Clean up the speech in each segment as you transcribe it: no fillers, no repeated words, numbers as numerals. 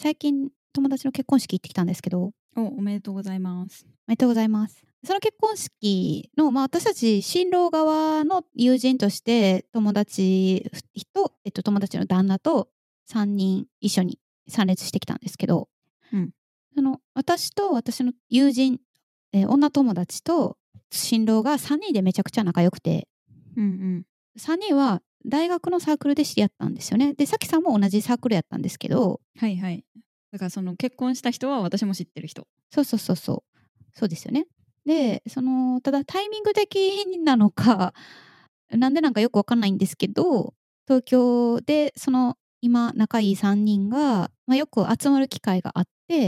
最近友達の結婚式行ってきたんですけど。 おめでとうございます。 おめでとうございます。その結婚式の、私たち新郎側の友人として友達と、友達の旦那と3人一緒に参列してきたんですけど、 うん。 私と私の友人、女友達と新郎が3人でめちゃくちゃ仲良くて、 うんうん。 3人は大学のサークルで知り合ったんですよね。で、さきさんも同じサークルやったんですけど、 はいはい。だからその結婚した人は私も知ってる人。 そうそうそうそう。そうですよね。で、ただタイミング的なのか、なんでなんかよくわかんないんですけど、東京で今仲いい3人が、よく集まる機会があって、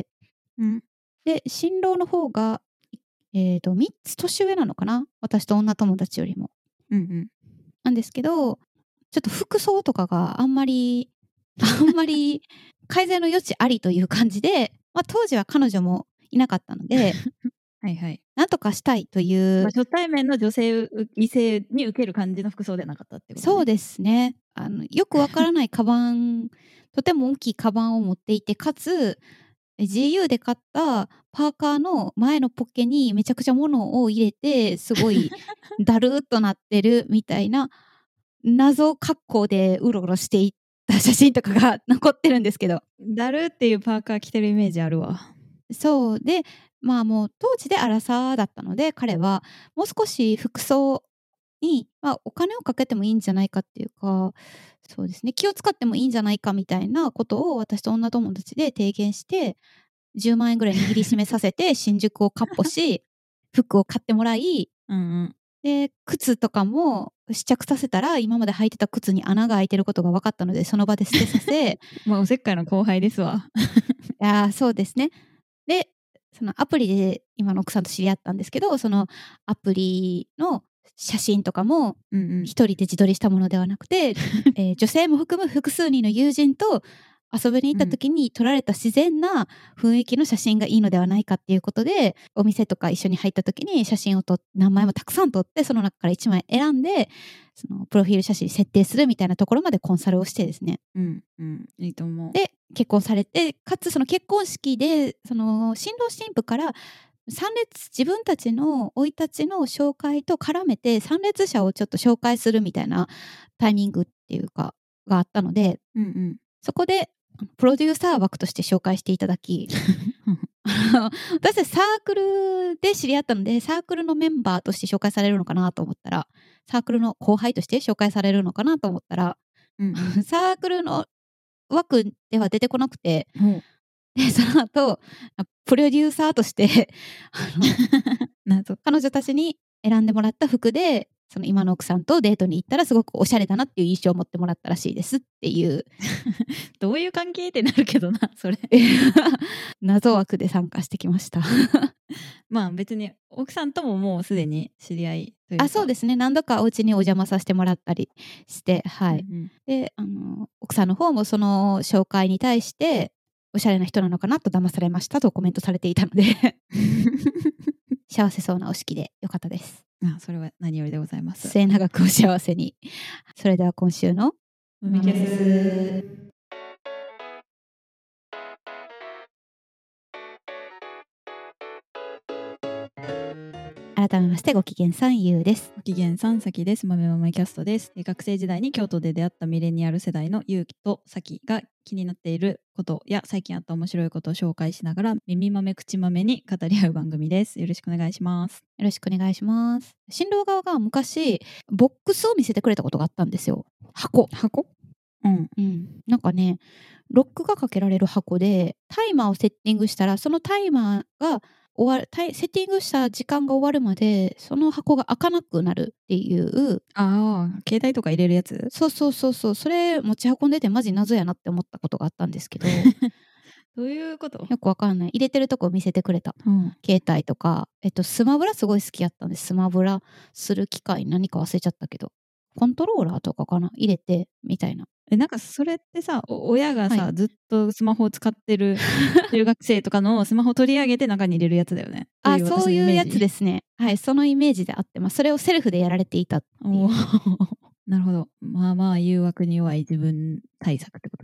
うん。 で、新郎の方が、3つ年上なのかな？私と女友達よりも。 うんうん。 なんですけど、ちょっと服装とかがあんまり改善の余地ありという感じで、当時は彼女もいなかったので、 はいはい。 なんとかしたいという初対面の女性異性に受ける感じの服装ではなかったってことね。 そうですね。よくわからないカバン、とても大きいカバンを持っていて、かつ、GU で買ったパーカーの前のポッケにめちゃくちゃ物を入れて、すごいだるっとなってるみたいな謎格好でうろうろしていった写真とかが残ってるんですけど。 だるっていうパーカー着てるイメージあるわ。 そう。で、もう当時でアラサーだったので、彼はもう少し服装に、お金をかけてもいいんじゃないかっていうか、そうですね、気を使ってもいいんじゃないかみたいなことを私と女友達で提言して、10万円ぐらい握りしめさせて新宿をかっ歩し、服を買ってもらい、 うんうん。 で、靴とかも試着させたら、今まで履いてた靴に穴が開いてることが分かったので、その場で捨てさせおせっかいの後輩ですわ。 そうですね。で、そのアプリで今の奥さんと知り合ったんですけど、そのアプリの写真とかも、 うんうん。 一人で自撮りしたものではなくて、女性も含む複数人の友人と遊びに行った時に撮られた自然な雰囲気の写真がいいのではないかっていうことで、お店とか一緒に入った時に写真を何枚もたくさん撮って、その中から1枚選んで、そのプロフィール写真設定するみたいなところまでコンサルをしてですね。 うんうん。いいと思う。 で、結婚されて、かつその結婚式で、新郎新婦から自分たちの生い立ちの紹介と絡めて、参列者をちょっと紹介するみたいなタイミングっていうか、があったので、 うんうん。 そこで、プロデューサー枠として紹介していただき、私たちサークルで知り合ったので、サークルのメンバーとして紹介されるのかなと思ったら、サークルの後輩として紹介されるのかなと思ったら、 うんうん。 サークルの枠では出てこなくて、 ほう。 で、その後、プロデューサーとして謎。 彼女たちに選んでもらった服で、その今の奥さんとデートに行ったらすごくおしゃれだなっていう印象を持ってもらったらしいですっていうどういう関係ってなるけどな、それ。 謎枠で参加してきました。 別に奥さんとももうすでに知り合いというか。 そうですね。何度かお家にお邪魔させてもらったりして、はい。 うんうん。 で、奥さんの方もその紹介に対して、おしゃれな人なのかなと騙されましたとコメントされていたので幸せそうなお式で良かったです。 それは何よりでございます。 末永くお幸せに。それでは今週の海キャス。 改めましてご機嫌さんゆうです。 ご機嫌さんさきです。豆豆キャストです。学生時代に京都で出会ったミレニアル世代のゆうきとさきが気になっていることや最近あった面白いことを紹介しながら耳豆口豆に語り合う番組です。よろしくお願いします。 よろしくお願いします。新郎側が昔ボックスを見せてくれたことがあったんですよ。箱。 うん。 なんかね、ロックがかけられる箱で、タイマーをセッティングしたら、そのタイマーがセッティングした時間が終わるまで、その箱が開かなくなるっていう。 携帯とか入れるやつ。 そうそうそうそう。それ持ち運んでてマジ謎やなって思ったことがあったんですけど、 どういうこと？ よくわかんない。入れてるとこ見せてくれた。 うん。 携帯とか、スマブラすごい好きやったんで、スマブラする機械何か忘れちゃったけど、コントローラーとかかな入れて、みたいな。 なんかそれってさ、親がさ、 はい。 ずっとスマホを使ってる中学生とかのスマホを取り上げて中に入れるやつだよね。という私そういうやつのイメージ。 ですね。はい、そのイメージであってます。それをセルフでやられていたっていう。 なるほど。誘惑に弱い自分対策ってことですね。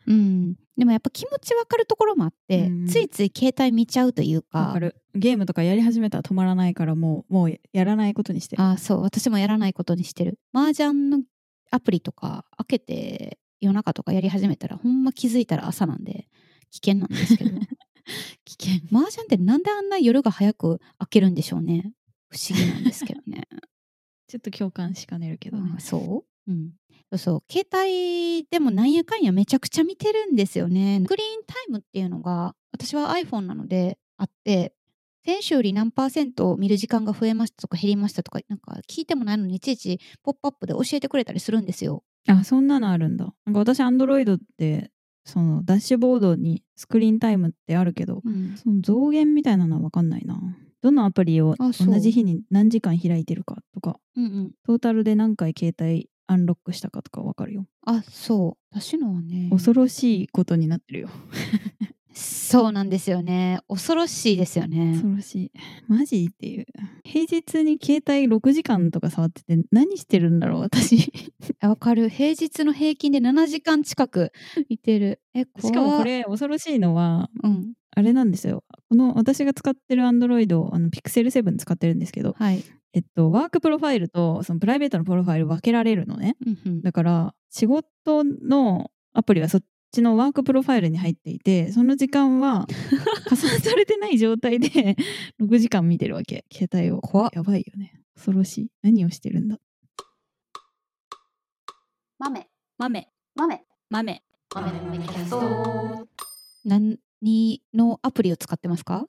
うん。でもやっぱ気持ちわかるところもあって、ついつい携帯見ちゃうというか。 わかる。ゲームとかやり始めたら止まらないからもうやらないことにしてる。 あ、そう。私もやらないことにしてる。麻雀のアプリとか開けて夜中とかやり始めたらほんま気づいたら朝なんで危険なんですけど。 危険。 麻雀ってなんであんな夜が早く開けるんでしょうね。不思議なんですけどね。 ちょっと共感しかねるけどね。 そううん。そう。携帯でもなんやかんやめちゃくちゃ見てるんですよね。スクリーンタイムっていうのが私は iPhone なのであって、先週より何%見る時間が増えましたとか減りましたとか、なんか聞いてもないのにいちいちポップアップで教えてくれたりするんですよ。 あ、そんなのあるんだ。なんか私 Android ってそのダッシュボードにスクリーンタイムってあるけど、その増減みたいなのは分かんないな。どのアプリを同じ日に何時間開いてるかとか、トータルで何回携帯アンロックしたかとか分かるよ。 あ、そう。私のはね。 恐ろしいことになってるよ。 そうなんですよね。恐ろしいですよね。 恐ろしい。マジっていう。平日に携帯6時間とか触ってて何してるんだろう私。 わかる。平日の平均で7時間近く見てる。 しかもこれ恐ろしいのは、 うん、 あれなんですよ。この私が使ってる Android、Pixel 7使ってるんですけど、 はい。 ワークプロファイルとそのプライベートのプロファイル分けられるのね。だから仕事のアプリはそっちのワークプロファイルに入っていて、その時間は加算されてない状態で6時間見てるわけ、携帯を。 怖っ。 やばいよね。恐ろしい。何をしてるんだ。 豆何のアプリを使ってますか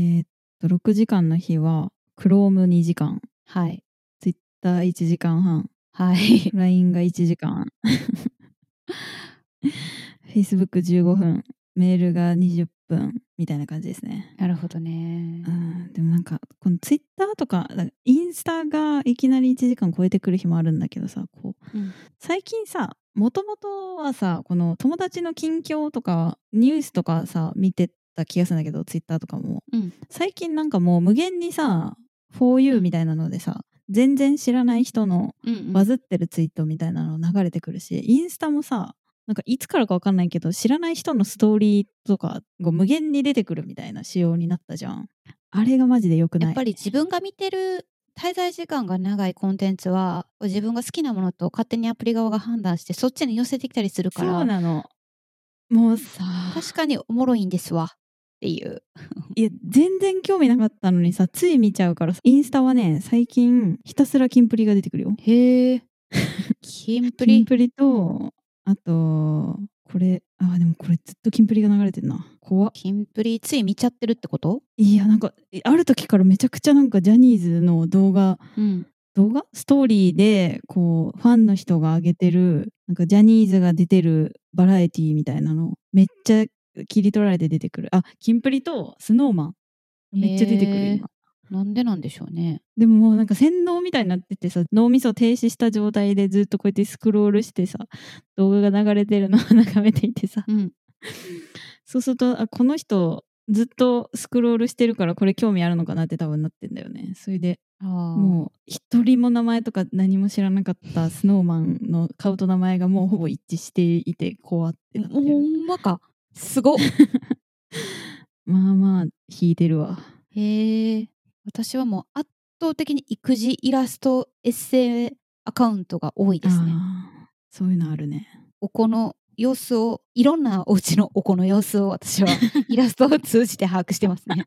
？6時間の日は Chrome2 時間、 はい。 Twitter1 時間半、 はい。 LINE が1時間、Facebook15 分、メールが20分みたいな感じですね。 なるほどね。 でもなんかこの Twitter とかインスタがいきなり1時間超えてくる日もあるんだけどさ、最近さ、もともとはさ、この友達の近況とかニュースとかさ見てた気がするんだけど、ツイッターとかも、最近なんかもう無限にさ For You みたいなのでさ、全然知らない人のバズってるツイートみたいなの流れてくるし、インスタもさ、なんかいつからか分かんないけど知らない人のストーリーとかが無限に出てくるみたいな仕様になったじゃん。あれがマジで良くない。 やっぱり自分が見てる滞在時間が長いコンテンツは自分が好きなものと勝手にアプリ側が判断してそっちに寄せてきたりするから。 そうなの。もうさ、 確かにおもろいんですわっていう。 いや全然興味なかったのにさ、つい見ちゃうから。インスタはね、最近ひたすらキンプリが出てくるよ。 へえ。キンプリと、あとこれ、でもこれずっとキンプリが流れてるな。怖っ。 キンプリつい見ちゃってるってこと？ いやなんかある時からめちゃくちゃなんかジャニーズの動画ストーリーでこうファンの人が上げてるなんかジャニーズが出てるバラエティみたいなのめっちゃ切り取られて出てくる。キンプリとスノーマンめっちゃ出てくる今。 なんでなんでしょうね。 でももうなんか洗脳みたいになっててさ、脳みそ停止した状態でずっとこうやってスクロールしてさ、動画が流れてるのを眺めていてさ、そうするとこの人ずっとスクロールしてるからこれ興味あるのかなって多分なってんだよね。それでもう一人も名前とか何も知らなかったスノーマンの顔と名前がもうほぼ一致していて怖ってなってる。 ほんまか。すごっ。 まあまあ引いてるわ。 へえ。私はもう圧倒的に育児イラストエッセイアカウントが多いですね。 そういうのあるね。 お子の様子をいろんなお家のお子の様子を私はイラストを通じて把握してますね。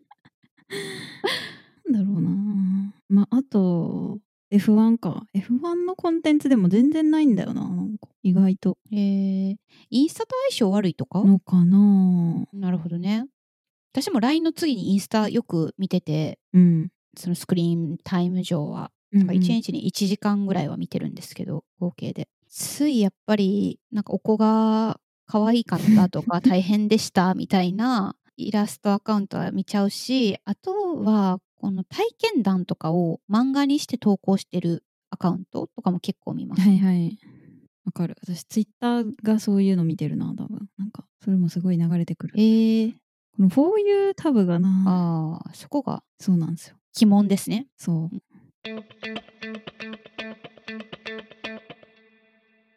なんだろうな。あと F1 か。F1 のコンテンツでも全然ないんだよな。なんか意外と。 インスタと相性悪いとか？ のかな。 なるほどね。私も LINE の次にインスタよく見てて、そのスクリーンタイム上は、1日に1時間ぐらいは見てるんですけど、合計で。ついやっぱりなんかお子が可愛かったとか大変でしたみたいなイラストアカウントは見ちゃうし、あとはこの体験談とかを漫画にして投稿してるアカウントとかも結構見ます。 はいはい。わかる。私ツイッターがそういうの見てるな、多分。なんかそれもすごい流れてくる。この For You タブがな。 そこがそうなんですよ。 鬼門ですね。 そう。 なの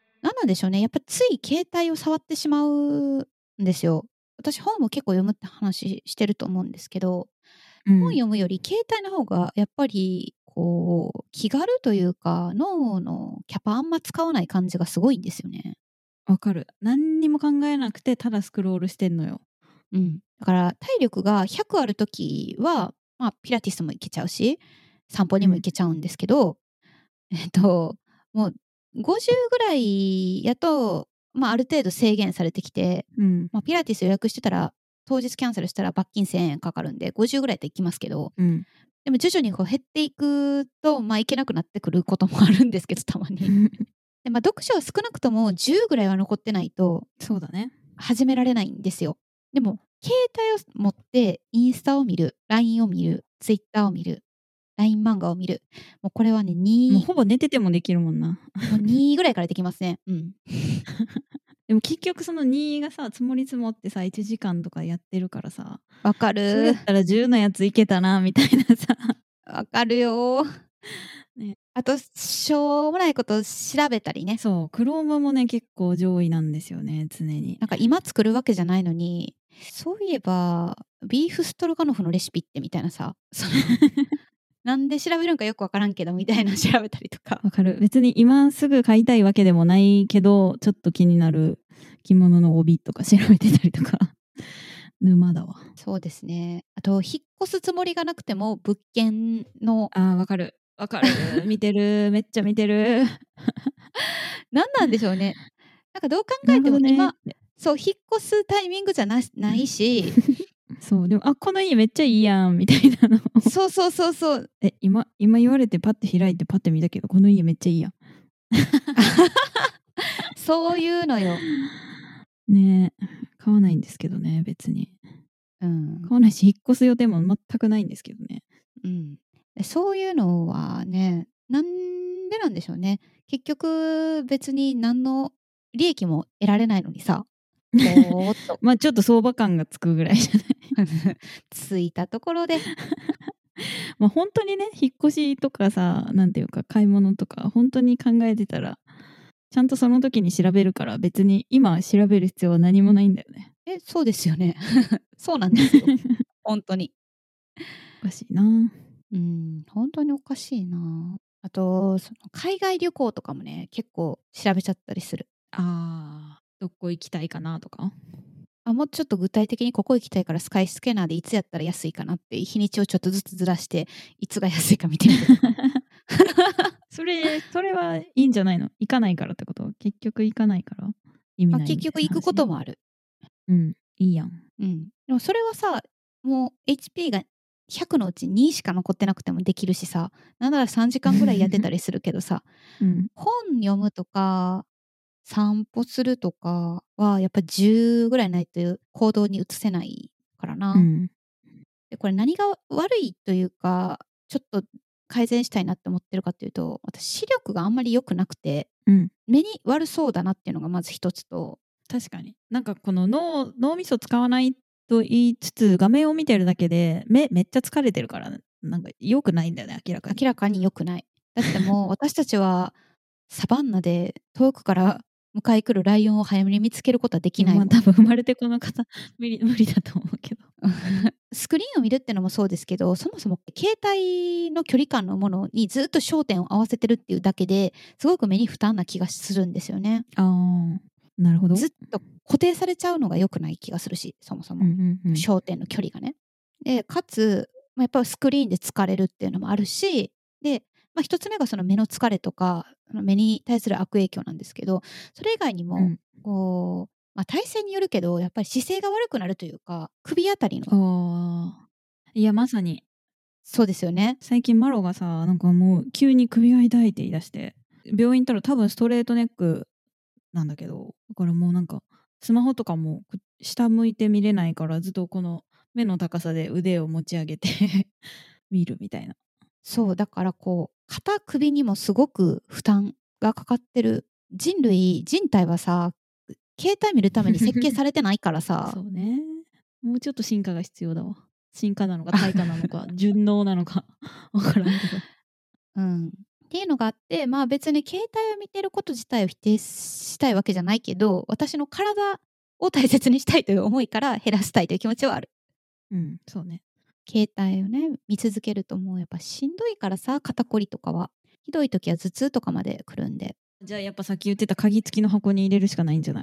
なんでしょうね、やっぱつい携帯を触ってしまうんですよ。私本も結構読むって話してると思うんですけど、本読むより携帯の方がやっぱりこう、気軽というか、脳のキャパあんま使わない感じがすごいんですよね。 わかる。何にも考えなくて、ただスクロールしてんのよ。 うん。だから体力が100ある時は、まあ、ピラティスも行けちゃうし、散歩にも行けちゃうんですけど、もう50ぐらいやと、まあ、ある程度制限されてきて、 うん。 まあ、ピラティス予約してたら、当日キャンセルしたら罰金1000円かかるんで、50ぐらいで行きますけど、 うん。 でも徐々にこう減っていくと、まあ、行けなくなってくることもあるんですけど、たまに。で、まあ、読書は少なくとも10ぐらいは残ってないとそうだね。 始められないんですよ。でも、携帯を持ってインスタを見る、LINE を見る、Twitter を見る、LINE 漫画を見る。もうこれはね、 もう 2、 ほぼ寝ててもできるもんな。 もう2ぐらいからできますね。うん。 でも結局その2がさ、積もり積もってさ、1時間とかやってるからさ、 わかる。 それやったら10のやついけたなみたいなさ。 わかるよ。 ね。 あと、しょうもないこと調べたりね。 そう、Chrome もね、結構上位なんですよね、常に。 なんか今作るわけじゃないのに、そういえば、ビーフストロガノフのレシピってみたいなさ、なんで調べるんかよくわからんけどみたいなの調べたりとか。 わかる。別に今すぐ買いたいわけでもないけど、ちょっと気になる着物の帯とか調べてたりとか。沼だわ。 そうですね。あと、引っ越すつもりがなくても、物件のああ、わかる。わかる。見てる。めっちゃ見てる。 何なんでしょうね。なんかどう考なるほどねっえても今、 て。 そう、引っ越すタイミングじゃないし、 そう、でも、あ、この家めっちゃいいやんみたいなのを。 そうそうそうそう。 今言われてパッて開いてパッて見たけど、この家めっちゃいいやん。 そういうのよ。 ねえ、買わないんですけどね、別に。 うん。 買わないし、引っ越す予定も全くないんですけどね。 うん。そういうのはね、なんでなんでしょうね。結局別に何の利益も得られないのにさ、ぼーっとま、ちょっと相場感がつくぐらいじゃない。 ついたところで、 ま、ほんとにね、引っ越しとかさ、なんていうか、買い物とか、ほんとに考えてたら、ちゃんとその時に調べるから、別に今調べる必要は何もないんだよね。 そうですよね。そうなんですよ。ほんとに。 おかしいな。 うん、ほんとにおかしいな。あと、海外旅行とかもね、結構調べちゃったりする。 ああ、どこ行きたいかなとか？ あ、もうちょっと具体的にここ行きたいからスカイスキャナーでいつやったら安いかなって日にちをちょっとずつずらして、いつが安いか見てみるとか。 それはいいんじゃないの？行かないからってこと？結局行かないから意味ま、 ないみたい結局行くこな話？ ともある。 うん、いいやん。 うん。でもそれはさ、もう HP が100のうち2しか残ってなくてもできるしさ、なんなら3時間ぐらいやってたりするけどさ、 うん。 本読むとか、散歩するとかはやっぱ10ぐらいないと行動に移せないからな。 うん。 で、これ何が悪いというか、ちょっと改善したいなって思ってるかっていうと、私視力があんまり良くなくて、 うん。 目に悪そうだなっていうのがまず一つと、 確かに。なんかこの脳みそ使わないと言いつつ、画面を見てるだけで、目めっちゃ疲れてるから、なんか良くないんだよね、明らかに。 明らかに良くない。だってもう私たちはサバンナで遠くから迎え来るライオンを早めに見つけることはでいや、ま、 きないもん。 多分生まれてこの方、無理だと思うけど。 スクリーンを見るってのもそうですけど、そもそも携帯の距離感のものにずっと焦点を合わせてるっていうだけで、すごく目に負担な気がするんですよね。 ああ、なるほど。 ずっと固定されちゃうのが良くない気がするし、そもそも。 うんうんうん。 焦点の距離がね。で、かつ、ま、やっぱスクリーンで疲れるっていうのもあるし、で、ま、1つ目がその目の疲れとか、目に対する悪影響なんですけど、それ以外にも、 うん。 こう、ま、体勢によるけど、やっぱり姿勢が悪くなるというか、首あたりのああ。いや、まさに。 そうですよね。 最近マロがさ、なんかもう急に首が痛いって言い出して、病院行ったら多分ストレートネックなんだけど、だからもうなんか、スマホとかも下向いて見れないから、ずっとこの目の高さで腕を持ち上げて見るみたいな。 そう、だからこう、肩、首にもすごく負担がかかってる。人体はさ、携帯見るために設計されてないからさ。 そうね。もうちょっと進化が必要だわ。進化なのか退化なのか、順応なのかわからんけど。 うん。 っていうのがあって、まあ、別に携帯を見てること自体を否定したいわけじゃないけど、私の体を大切にしたいという思いから減らしたいという気持ちはある。 そうね。 携帯をね、見続けるともうやっぱしんどいからさ、肩こりとかは。ひどい時は頭痛とかまで来るんで。 じゃあやっぱさっき言ってた鍵付きの箱に入れるしかないんじゃない？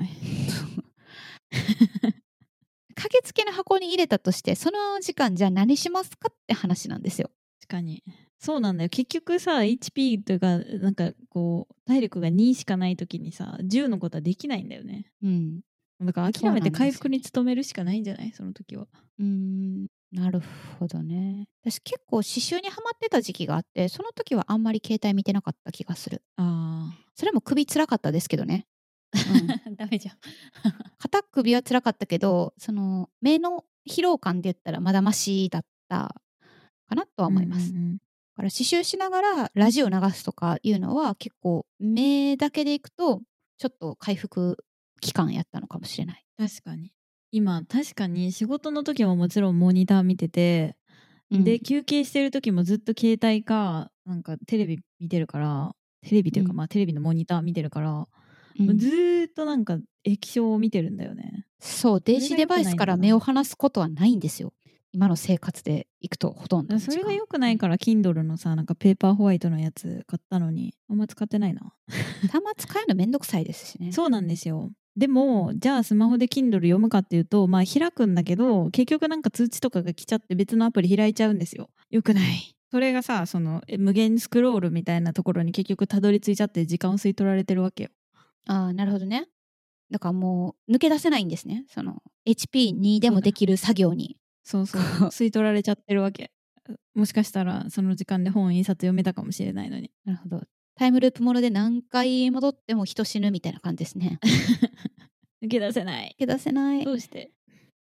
鍵付けの箱に入れたとして、その時間じゃあ何しますかって話なんですよ。 確かに。そうなんだよ。結局さ、HP というか、なんかこう、体力が2しかない時にさ、10のことはできないんだよね。 うん。 だからそうなんですよね。 諦めて回復に努めるしかないんじゃない？その時は。 なるほどね。私結構刺繍にはまってた時期があって、その時はあんまり携帯見てなかった気がする。 あそれも首辛かったですけどね。うん。 あ。ダメじゃん。 肩首は辛かったけど、その目の疲労感で言ったらまだマシだったかなとは思います。だから刺繍しながらラジオ流すとかいうのは結構目だけでいくとちょっと回復期間やったのかもしれない。 確かに。今、確かに仕事の時ももちろんモニター見てて、 うん。 で、休憩してる時もずっと携帯か、なんかテレビ見てるから、テレビというか、 うん。 まあテレビのモニター見てるから、もううん。 ずーっとなんか液晶を見てるんだよね。 そう、 それが良く電子デバイないんだよな。 スから目を離すことはないんですよ。今の生活でいくとほとんどの時間。 それが良くないから、Kindle のさ、なんかペーパーホワイトのやつ買ったのに、あんま使ってないな。 たま使えるのめんどくさいですしね。 そうなんですよ。でも、じゃあスマホで Kindle 読むかっていうと、まあ開くんだけど、結局なんか通知とかが来ちゃって別のアプリ開いちゃうんですよ。良くない。それがさ、その無限スクロールみたいなところに結局たどり着いちゃって時間を吸い取られてるわけよ。 ああ、なるほどね。だからもう抜け出せないんですね。その HP2 でそうだ。 もできる作業に。 そうそう。吸い取られちゃってるわけ。もしかしたらその時間で本印刷読めたかもしれないのに。 なるほど。タイムループもので何回戻っても人死ぬみたいな感じですね。 抜け出せない。 抜け出せない。 どうして？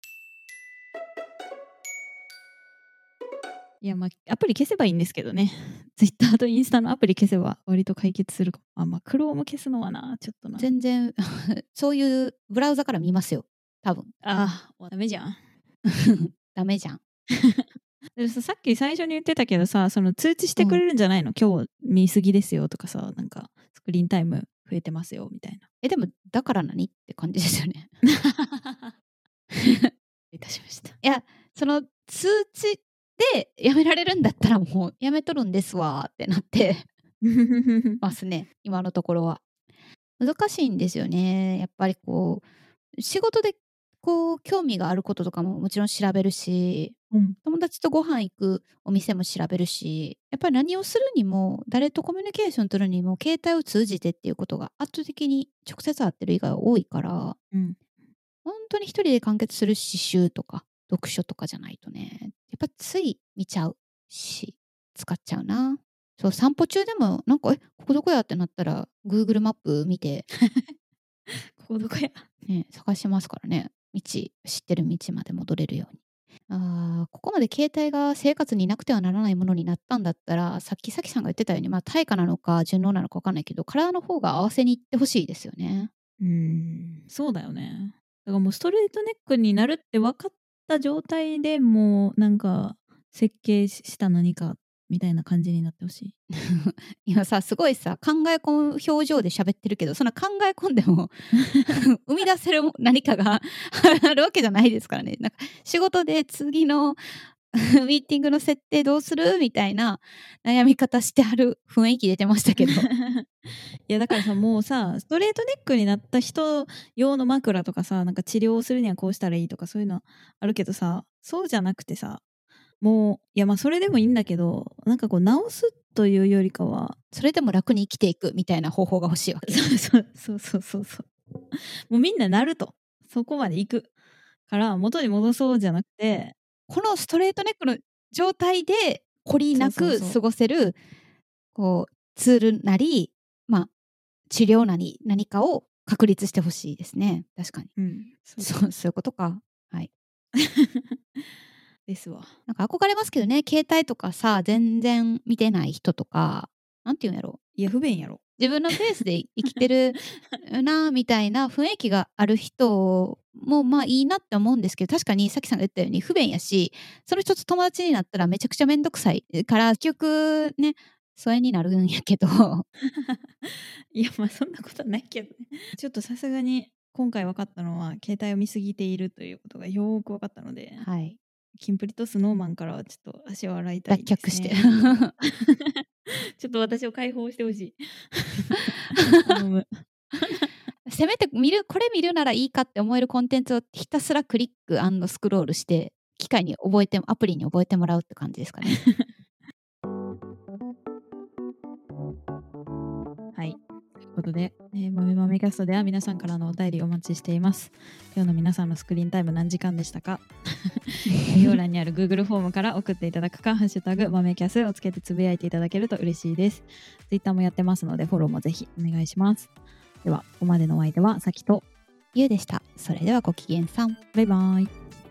いや、まあ、アプリ消せばいいんですけどね。Twitter とインスタのアプリ消せば割と解決するかも。まあ、Chrome 消すのはな、ちょっとな。 全然そういうブラウザから見ますよ。多分。 ああ、ダメじゃん。 ダメじゃん。 でさっき最初に言ってたけどさ、その通知してくうん。 れるんじゃないの？今日見過ぎですよとかさ、なんかスクリーンタイム増えてますよみたいな。 でもだから何って感じですよね。 いたしました。 いや、その通知でやめられるんだったらもうやめとるんですわってなってますね、今のところは。難しいんですよね。やっぱりこう、仕事でこう興味があることとかももちろん調べるし、 うん。 友達とご飯行くお店も調べるし、やっぱり何をするにも、誰とコミュニケーション取るにも、携帯を通じてっていうことが圧倒的に直接会ってる以外は多いから、 うん。 本当に一人で完結する刺繍とか、読書とかじゃないとね、やっぱつい見ちゃうし、使っちゃうな。そう、散歩中でもなんか、ここどこやってなったら、Google マップ見て、 ここどこや？ ね、探しますからね。知ってる道まで戻れるように。ああ、ここまで携帯が生活になくてはならないものになったんだったら、さっきさきさんが言ってたように、まあ、対価なのか順応なのか分かんないけど、体の方が合わせに行ってほしいですよね。 そうだよね。だからもうストレートネックになるって分かった状態でもうなんか設計した何かみたいな感じになってほしい。 今さ、すごいさ、考え込む表情で喋ってるけど、そんな考え込んでも生み出せる何かがあるわけじゃないですからね。なんか仕事で次のミーティングの設定どうするみたいな悩み方してはる雰囲気出てましたけど。 いやだからさ、もうさ、ストレートネックになった人用の枕とかさ、なんか治療をするにはこうしたらいいとかそういうのあるけどさ、そうじゃなくてさ、もういやまあそれでもいいんだけど、なんかこう治すというよりかは、 それでも楽に生きていくみたいな方法が欲しいわけ。 そう。もうみんななると。そこまで行く。から元に戻そうじゃなくて、 このストレートネックの状態で懲りなくそう。 過ごせる、こう、ツールなり、まあ、治療なり、何かを確立してほしいですね。確かに。そういうことか。はい。 ですわ。 なんか憧れますけどね、携帯とかさ、全然見てない人とか、なんて言うんやろ。 いや、不便やろ。 自分のペースで生きてるなみたいな雰囲気がある人もまあいいなって思うんですけど、確かにさきさんが言ったように不便やし、その人と友達になったらめちゃくちゃめんどくさいから、結局ね、 疎遠になるんやけどいやまあそんなことないけどね。ちょっとさすがに今回分かったのは携帯を見すぎているということがよーく分かったので、 はい。 キンプリとスノーマンからはちょっと足を洗いたい脱です却してね。ちょっと私を解放してほしい。頼む。 せめてこれ見るならいいかって思えるコンテンツをひたすらクリック&スクロールして機械にアプリに覚えてもらうって感じですかね。 はい。ということで、まめまめキャストでは皆さんからのお便りお待ちしています。今日の皆さんのスクリーンタイム何時間でしたか？概要欄にある Google フォームから送っていただくか、ハッシュタグまめキャスをつけてつぶやいていただけると嬉しいです。Twitter もやってますのでフォローもぜひお願いします。では、ここまでのお相手はさきとゆうでした。それではごきげんさん。 バイバイ。